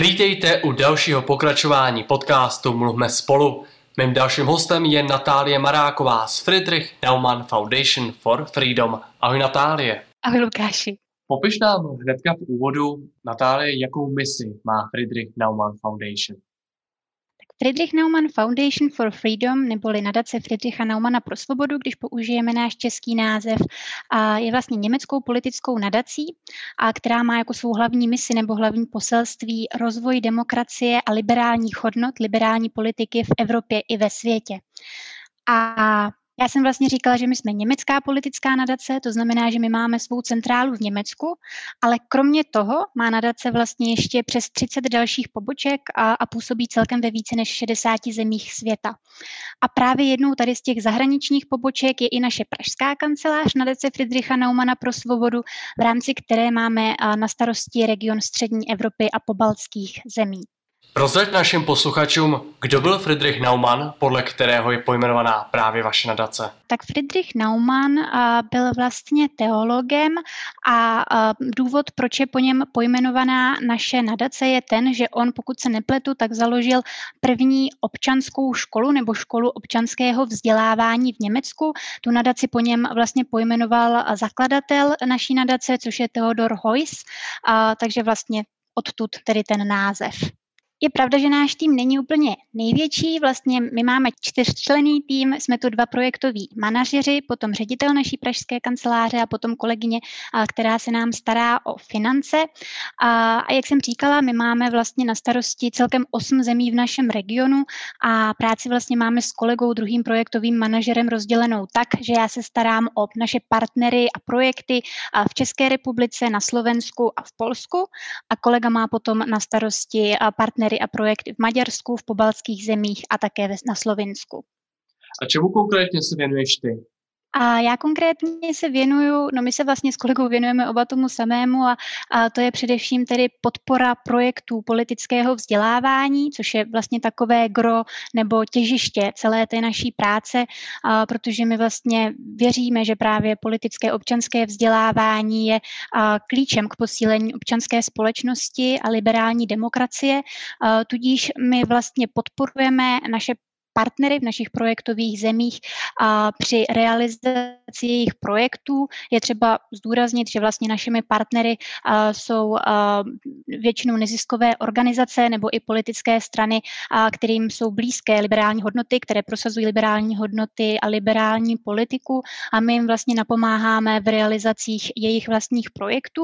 Vítejte u dalšího pokračování podcastu Mluvme spolu. Mým dalším hostem je Natálie Maráková z Friedrich Naumann Foundation for Freedom. Ahoj Natálie. Ahoj Lukáši. Popiš nám hnedka v úvodu, Natálie, jakou misi má Friedrich Naumann Foundation. Friedrich Naumann Foundation for Freedom, neboli nadace Friedricha Naumanna pro svobodu, když použijeme náš český název, je vlastně německou politickou nadací, která má jako svou hlavní misi nebo hlavní poselství rozvoj demokracie a liberálních hodnot, liberální politiky v Evropě i ve světě. A já jsem vlastně říkala, že my jsme německá politická nadace, to znamená, že my máme svou centrálu v Německu, ale kromě toho má nadace vlastně ještě přes 30 dalších poboček a působí celkem ve více než 60 zemích světa. A právě jednou tady z těch zahraničních poboček je i naše pražská kancelář nadace Friedricha Naumanna pro svobodu, v rámci které máme na starosti region střední Evropy a pobaltských zemí. Prozraď našim posluchačům, kdo byl Friedrich Naumann, podle kterého je pojmenovaná právě vaše nadace. Tak Friedrich Naumann byl vlastně teologem a důvod, proč je po něm pojmenovaná naše nadace, je ten, že on, pokud se nepletu, tak založil první občanskou školu nebo školu občanského vzdělávání v Německu. Tu nadaci po něm vlastně pojmenoval zakladatel naší nadace, což je Theodor Heuss, takže vlastně odtud tedy ten název. Je pravda, že náš tým není úplně největší, vlastně my máme 4členný tým, jsme tu 2 projektoví manažeři, potom ředitel naší pražské kanceláře a potom kolegyně, která se nám stará o finance. A jak jsem říkala, my máme vlastně na starosti celkem 8 zemí v našem regionu a práci vlastně máme s kolegou, druhým projektovým manažerem rozdělenou tak, že já se starám o naše partnery a projekty v České republice, na Slovensku a v Polsku a kolega má potom na starosti partnery a projekty v Maďarsku, v pobaltských zemích a také na Slovinsku. A čemu konkrétně se věnuješ ty? A já konkrétně se věnuju, my se vlastně s kolegou věnujeme oba tomu samému a to je především tedy podpora projektů politického vzdělávání, což je vlastně takové gro nebo těžiště celé té naší práce, protože my vlastně věříme, že právě politické občanské vzdělávání je klíčem k posílení občanské společnosti a liberální demokracie, tudíž my vlastně podporujeme naše partnery v našich projektových zemích a při realizaci jejich projektů je třeba zdůraznit, že vlastně našimi partnery jsou většinou neziskové organizace nebo i politické strany, kterým jsou blízké liberální hodnoty, které prosazují liberální hodnoty a liberální politiku a my jim vlastně napomáháme v realizacích jejich vlastních projektů.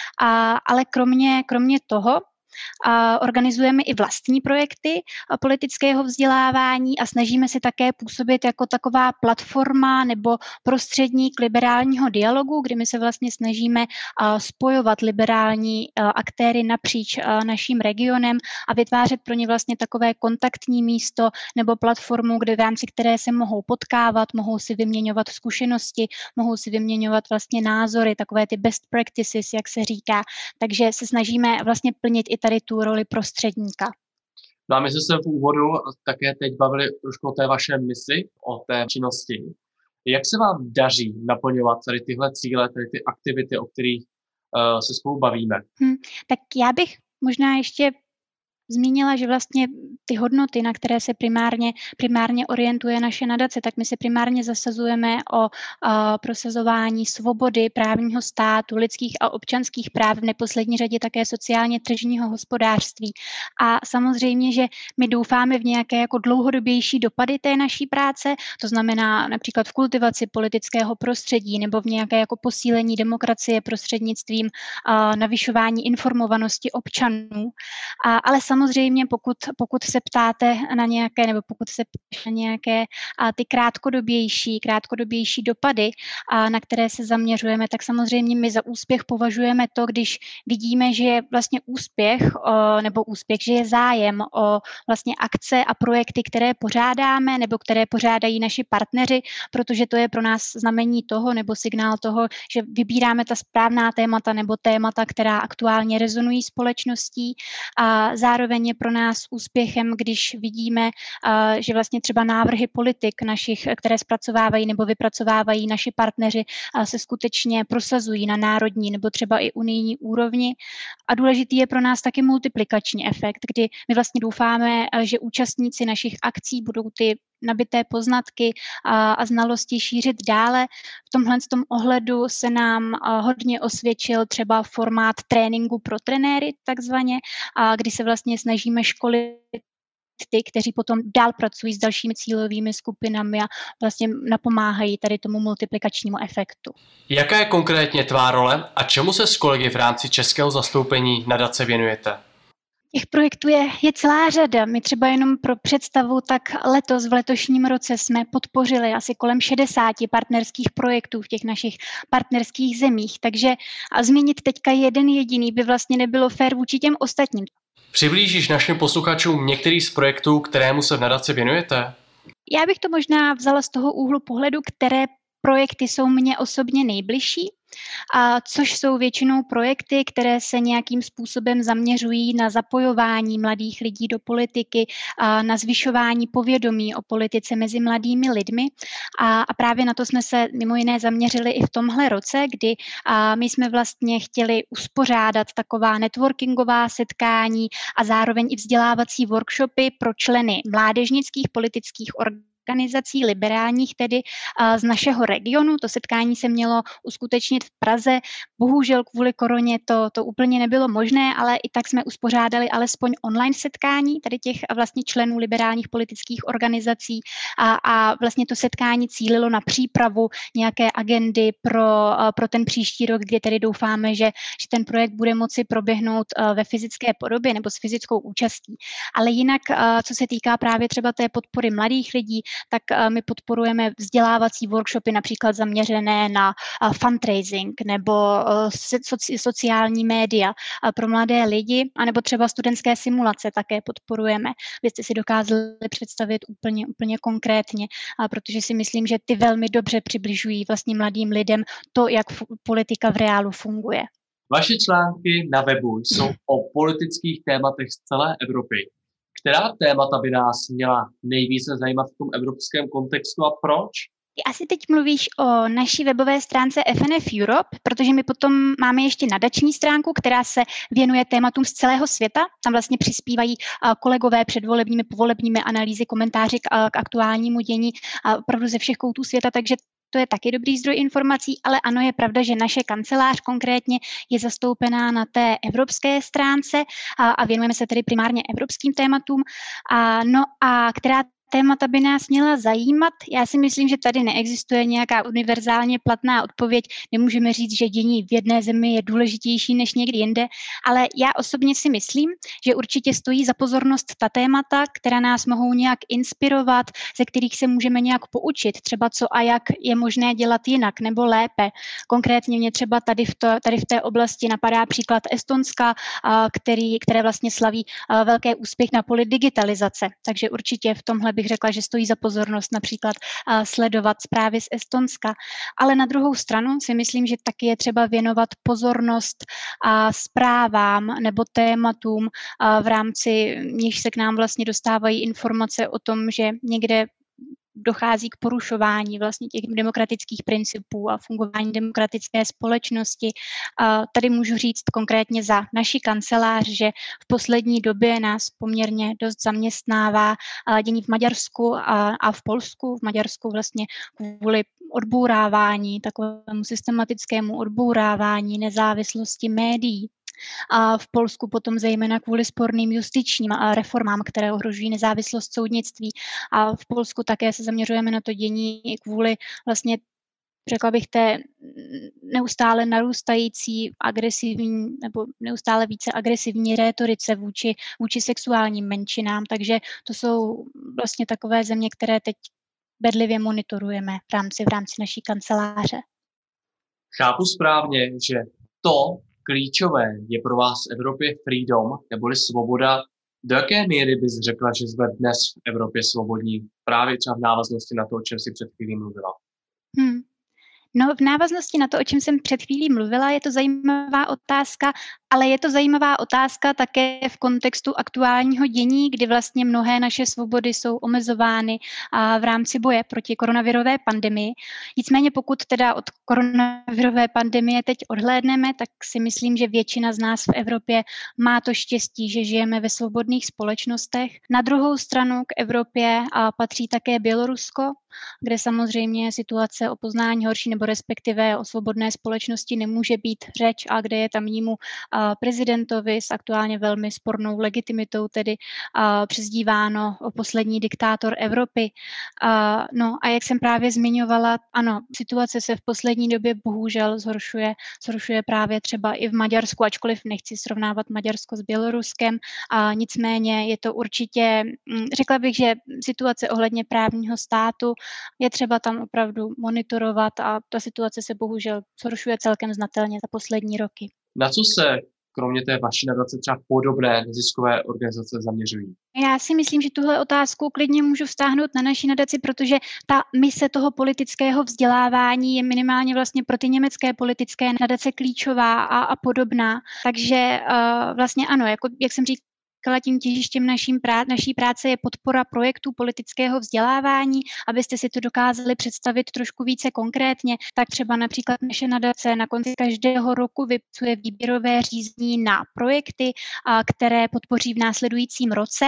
Ale kromě toho, organizujeme i vlastní projekty politického vzdělávání a snažíme se také působit jako taková platforma nebo prostředník liberálního dialogu, kdy my se vlastně snažíme spojovat liberální aktéry napříč naším regionem a vytvářet pro ně vlastně takové kontaktní místo nebo platformu, kde v rámci které se mohou potkávat, mohou si vyměňovat zkušenosti, mohou si vyměňovat vlastně názory, takové ty best practices, jak se říká. Takže se snažíme vlastně plnit i tady tu roli prostředníka. No a my jsme se v úvodu také teď bavili trošku o té vaše misi, o té činnosti. Jak se vám daří naplňovat tady tyhle cíle, tady ty aktivity, o kterých se spolu bavíme? Tak já bych možná ještě zmínila, že vlastně ty hodnoty, na které se primárně orientuje naše nadace, tak my se primárně zasazujeme o prosazování svobody, právního státu, lidských a občanských práv, v neposlední řadě také sociálně tržního hospodářství. A samozřejmě, že my doufáme v nějaké jako dlouhodobější dopady té naší práce, to znamená například v kultivaci politického prostředí nebo v nějaké jako posílení demokracie prostřednictvím navyšování informovanosti občanů. Ale samozřejmě, pokud se ptáte na nějaké, nebo pokud se ptáte na nějaké ty krátkodobější dopady, na které se zaměřujeme, tak samozřejmě my za úspěch považujeme to, když vidíme, že je vlastně že je zájem o vlastně akce a projekty, které pořádáme, nebo které pořádají naši partneři, protože to je pro nás znamení toho, nebo signál toho, že vybíráme ta správná témata, nebo témata, která aktuálně rezonují společností. A zároveň zároveň je pro nás úspěchem, když vidíme, že vlastně třeba návrhy politik našich, které zpracovávají nebo vypracovávají naši partneři, se skutečně prosazují na národní nebo třeba i unijní úrovni. A důležitý je pro nás taky multiplikační efekt, kdy my vlastně doufáme, že účastníci našich akcí budou ty nabité poznatky a znalosti šířit dále. V tomhle ohledu se nám hodně osvědčil třeba formát tréninku pro trenéry takzvaně, kdy se vlastně snažíme školit ty, kteří potom dál pracují s dalšími cílovými skupinami a vlastně napomáhají tady tomu multiplikačnímu efektu. Jaká je konkrétně tvá role a čemu se s kolegy v rámci českého zastoupení nadace věnujete? Těch projektů je celá řada. My třeba jenom pro představu, tak letos v letošním roce jsme podpořili asi kolem 60 partnerských projektů v těch našich partnerských zemích, takže změnit teďka jeden jediný by vlastně nebylo fér vůči těm ostatním. Přiblížíš našim posluchačům některý z projektů, kterému se v nadaci věnujete? Já bych to možná vzala z toho úhlu pohledu, které projekty jsou mně osobně nejbližší, což jsou většinou projekty, které se nějakým způsobem zaměřují na zapojování mladých lidí do politiky, na zvyšování povědomí o politice mezi mladými lidmi. A právě na to jsme se mimo jiné zaměřili i v tomhle roce, kdy my jsme vlastně chtěli uspořádat taková networkingová setkání a zároveň i vzdělávací workshopy pro členy mládežnických politických organizací liberálních tedy z našeho regionu. To setkání se mělo uskutečnit v Praze. Bohužel kvůli koroně to úplně nebylo možné, ale i tak jsme uspořádali alespoň online setkání tady těch vlastně členů liberálních politických organizací a vlastně to setkání cílilo na přípravu nějaké agendy pro ten příští rok, kde tedy doufáme, že ten projekt bude moci proběhnout ve fyzické podobě nebo s fyzickou účastí. Ale jinak, co se týká právě třeba té podpory mladých lidí, tak my podporujeme vzdělávací workshopy například zaměřené na fundraising nebo sociální média pro mladé lidi, anebo třeba studentské simulace také podporujeme. Vy jste si dokázali představit úplně konkrétně, protože si myslím, že ty velmi dobře přibližují vlastně mladým lidem to, jak politika v reálu funguje. Vaše články na webu jsou o politických tématech z celé Evropy. Která témata by nás měla nejvíce zajímat v tom evropském kontextu a proč? Asi teď mluvíš o naší webové stránce FNF Europe, protože my potom máme ještě nadační stránku, která se věnuje tématům z celého světa. Tam vlastně přispívají kolegové předvolebními, povolebními analýzy, komentáři k aktuálnímu dění opravdu ze všech koutů světa, takže to je taky dobrý zdroj informací, ale ano, je pravda, že naše kancelář konkrétně je zastoupená na té evropské stránce a věnujeme se tedy primárně evropským tématům. No a která témata by nás měla zajímat? Já si myslím, že tady neexistuje nějaká univerzálně platná odpověď. Nemůžeme říct, že dění v jedné zemi je důležitější než někdy jinde, ale já osobně si myslím, že určitě stojí za pozornost ta témata, která nás mohou nějak inspirovat, ze kterých se můžeme nějak poučit, třeba co a jak je možné dělat jinak nebo lépe. Konkrétně mě třeba tady v té oblasti napadá příklad Estonska, které vlastně slaví velký úspěch na poli digitalizace. Takže určitě v tomhle bych řekla, že stojí za pozornost například sledovat zprávy z Estonska. Ale na druhou stranu si myslím, že taky je třeba věnovat pozornost zprávám nebo tématům, v rámci nichž se k nám vlastně dostávají informace o tom, že někde dochází k porušování vlastně těch demokratických principů a fungování demokratické společnosti. Tady můžu říct konkrétně za naši kancelář, že v poslední době nás poměrně dost zaměstnává dění v Maďarsku a v Polsku. V Maďarsku vlastně kvůli odbourávání, takovému systematickému odbourávání nezávislosti médií. A v Polsku potom zejména kvůli sporným justičním reformám, které ohrožují nezávislost soudnictví. A v Polsku také se zaměřujeme na to dění kvůli vlastně, řekla bych, té neustále narůstající agresivní nebo neustále více agresivní rétorice vůči sexuálním menšinám. Takže to jsou vlastně takové země, které teď bedlivě monitorujeme v rámci naší kanceláře. Chápu správně, že to klíčové je pro vás v Evropě freedom, neboli svoboda. Do jaké míry bys řekla, že jsme dnes v Evropě svobodní? Právě třeba v návaznosti na to, o čem jsi před chvílí mluvila. No, v návaznosti na to, o čem jsem před chvílí mluvila, je to zajímavá otázka. Ale je to zajímavá otázka také v kontextu aktuálního dění, kdy vlastně mnohé naše svobody jsou omezovány v rámci boje proti koronavirové pandemii. Nicméně pokud teda od koronavirové pandemie teď odhlédneme, tak si myslím, že většina z nás v Evropě má to štěstí, že žijeme ve svobodných společnostech. Na druhou stranu k Evropě patří také Bělorusko, kde samozřejmě situace o poznání horší, nebo respektive o svobodné společnosti nemůže být řeč a kde je tamnímu prezidentovi s aktuálně velmi spornou legitimitou, tedy přezdíváno poslední diktátor Evropy. No a jak jsem právě zmiňovala, ano, situace se v poslední době bohužel zhoršuje právě třeba i v Maďarsku, ačkoliv nechci srovnávat Maďarsko s Běloruskem, nicméně je to určitě, řekla bych, že situace ohledně právního státu je třeba tam opravdu monitorovat a ta situace se bohužel zhoršuje celkem znatelně za poslední roky. Na co se kromě té vaší nadace třeba podobné neziskové organizace zaměřují? Já si myslím, že tuhle otázku klidně můžu vztáhnout na naši nadaci, protože ta mise toho politického vzdělávání je minimálně vlastně pro ty německé politické nadace klíčová a podobná. Takže vlastně ano, jako, jak jsem říkala, tím těžištěm naší práce je podpora projektů politického vzdělávání. Abyste si to dokázali představit trošku více konkrétně, tak třeba například naše nadace na konci každého roku vypisuje výběrové řízení na projekty, které podpoří v následujícím roce.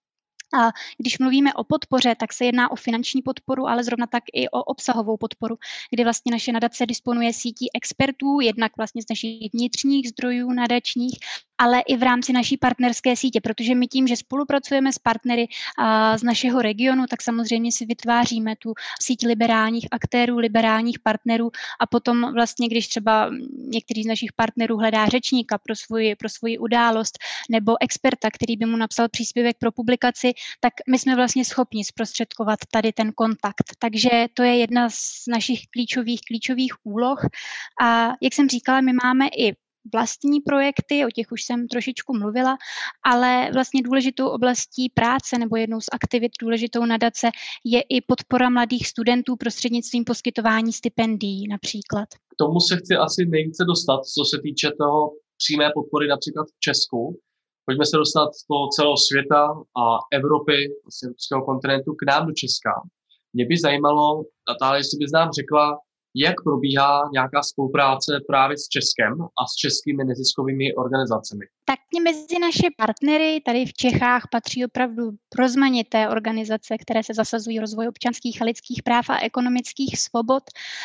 A když mluvíme o podpoře, tak se jedná o finanční podporu, ale zrovna tak i o obsahovou podporu, kdy vlastně naše nadace disponuje sítí expertů, jednak vlastně z našich vnitřních zdrojů nadačních, ale i v rámci naší partnerské sítě, protože my tím, že spolupracujeme s partnery z našeho regionu, tak samozřejmě si vytváříme tu síť liberálních aktérů, liberálních partnerů a potom vlastně, když třeba některý z našich partnerů hledá řečníka pro svoji událost nebo experta, který by mu napsal příspěvek pro publikaci, tak my jsme vlastně schopni zprostředkovat tady ten kontakt. Takže to je jedna z našich klíčových úloh. A jak jsem říkala, my máme i vlastní projekty, o těch už jsem trošičku mluvila, ale vlastně důležitou oblastí práce nebo jednou z aktivit důležitou nadace je i podpora mladých studentů prostřednictvím poskytování stipendií například. K tomu se chci asi nejvíce dostat, co se týče toho přímé podpory například v Česku. Pojďme se dostat z toho celého světa a Evropy, vlastně evropského kontinentu k nám do Česka. Mě by zajímalo, Natálie, jestli bys nám řekla, jak probíhá nějaká spolupráce právě s Českem a s českými neziskovými organizacemi? Tak mezi naše partnery tady v Čechách patří opravdu rozmanité organizace, které se zasazují o rozvoj občanských a lidských práv a ekonomických svobod.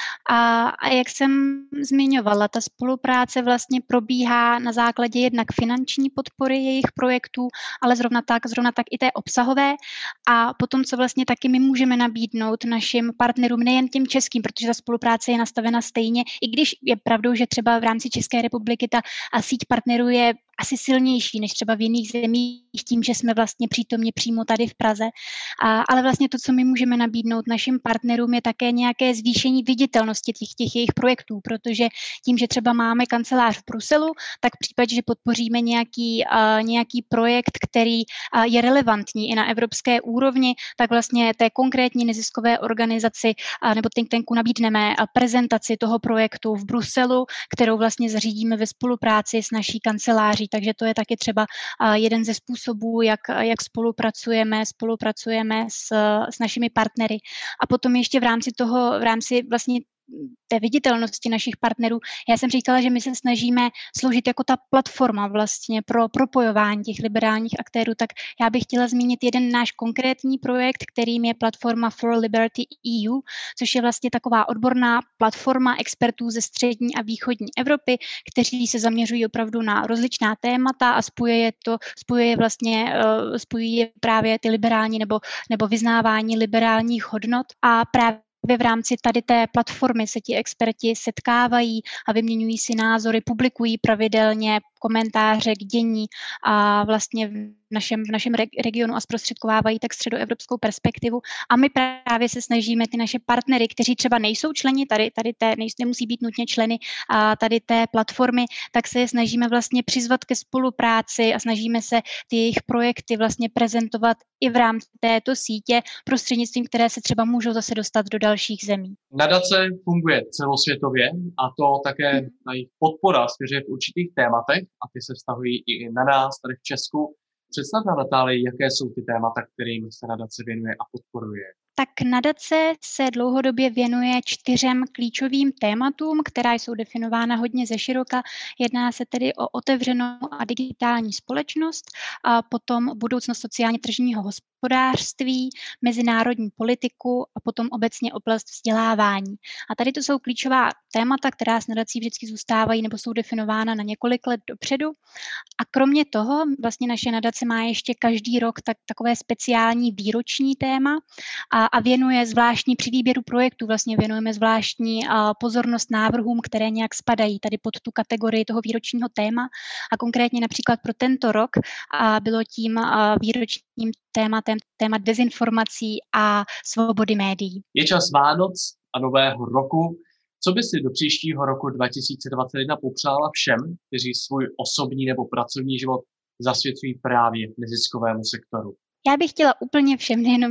A jak jsem zmiňovala, ta spolupráce vlastně probíhá na základě jednak finanční podpory jejich projektů, ale zrovna tak i té obsahové. A potom, co vlastně taky my můžeme nabídnout našim partnerům, nejen těm českým, protože ta spolupráce je nastavena stejně, i když je pravdou, že třeba v rámci České republiky ta síť partnerů je asi silnější než třeba v jiných zemích tím, že jsme vlastně přítomně přímo tady v Praze. Ale vlastně to, co my můžeme nabídnout našim partnerům, je také nějaké zvýšení viditelnosti těch jejich projektů, protože tím, že třeba máme kancelář v Bruselu, tak v případě, že podpoříme nějaký projekt, který je relevantní i na evropské úrovni, tak vlastně té konkrétní neziskové organizaci nebo think tanku nabídneme prezentaci toho projektu v Bruselu, kterou vlastně zařídíme ve spolupráci s naší kanceláří. Takže to je taky třeba jeden ze způsobů, jak spolupracujeme s našimi partnery. A potom ještě v rámci vlastně té viditelnosti našich partnerů. Já jsem říkala, že my se snažíme sloužit jako ta platforma vlastně pro propojování těch liberálních aktérů, tak já bych chtěla zmínit jeden náš konkrétní projekt, kterým je platforma For Liberty EU, což je vlastně taková odborná platforma expertů ze střední a východní Evropy, kteří se zaměřují opravdu na rozličná témata a spojují právě ty liberální nebo vyznávání liberálních hodnot a právě v rámci tady té platformy se ti experti setkávají a vyměňují si názory, publikují pravidelně komentáře k dění a vlastně v našem regionu a zprostředkovávají tak středoevropskou perspektivu. A my právě se snažíme ty naše partnery, kteří třeba nejsou členi nemusí být nutně členy tady té platformy, tak se je snažíme vlastně přizvat ke spolupráci a snažíme se ty jejich projekty vlastně prezentovat i v rámci této sítě prostřednictvím, které se třeba můžou zase dostat do dalších zemí. Nadace funguje celosvětově a to také na jejich podpora směřuje v určitých tématech. a ty se vztahují i na nás tady v Česku. Představ nám, Natálii, jaké jsou ty témata, kterým se nadace věnuje a podporuje. Tak nadace se dlouhodobě věnuje 4 klíčovým tématům, která jsou definována hodně zeširoka. Jedná se tedy o otevřenou a digitální společnost, a potom budoucnost sociálně tržního hospodářství, mezinárodní politiku a potom obecně oblast vzdělávání. A tady to jsou klíčová témata, která s nadací vždycky zůstávají nebo jsou definována na několik let dopředu. A kromě toho vlastně naše nadace má ještě každý rok takové speciální výroční téma a věnuje zvláštní při výběru projektů, vlastně věnujeme zvláštní pozornost návrhům, které nějak spadají tady pod tu kategorii toho výročního téma. A konkrétně například pro tento rok bylo tím výročním tématem téma dezinformací a svobody médií. Je čas Vánoc a Nového roku. Co by si do příštího roku 2021 popřála všem, kteří svůj osobní nebo pracovní život zasvěcují právě neziskovému sektoru? Já bych chtěla úplně všem, nejenom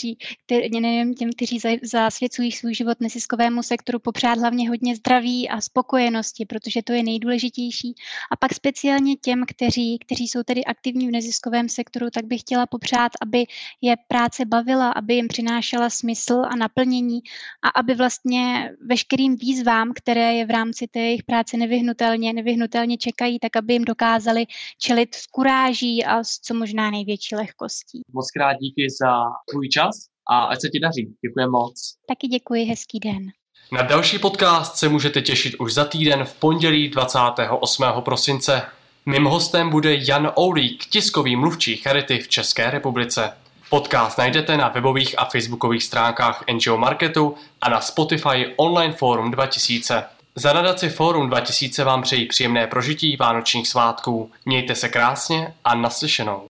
těm, kteří zasvěcují svůj život neziskovému sektoru, popřát hlavně hodně zdraví a spokojenosti, protože to je nejdůležitější. A pak speciálně těm, kteří jsou tedy aktivní v neziskovém sektoru, tak bych chtěla popřát, aby je práce bavila, aby jim přinášela smysl a naplnění a aby vlastně veškerým výzvám, které je v rámci té jejich práce nevyhnutelně čekají, tak aby jim dokázali čelit s kuráží a s co možná největší lehkostí. Moc krát díky za tvůj čas a ať se ti daří. Děkuji moc. Taky děkuji, hezký den. Na další podcast se můžete těšit už za týden v pondělí 28. prosince. Mým hostem bude Jan Oulík, tiskový mluvčí Charity v České republice. Podcast najdete na webových a facebookových stránkách NGO Marketu a na Spotify Online Forum 2000. Za nadaci Forum 2000 vám přejí příjemné prožití vánočních svátků. Mějte se krásně a naslyšenou.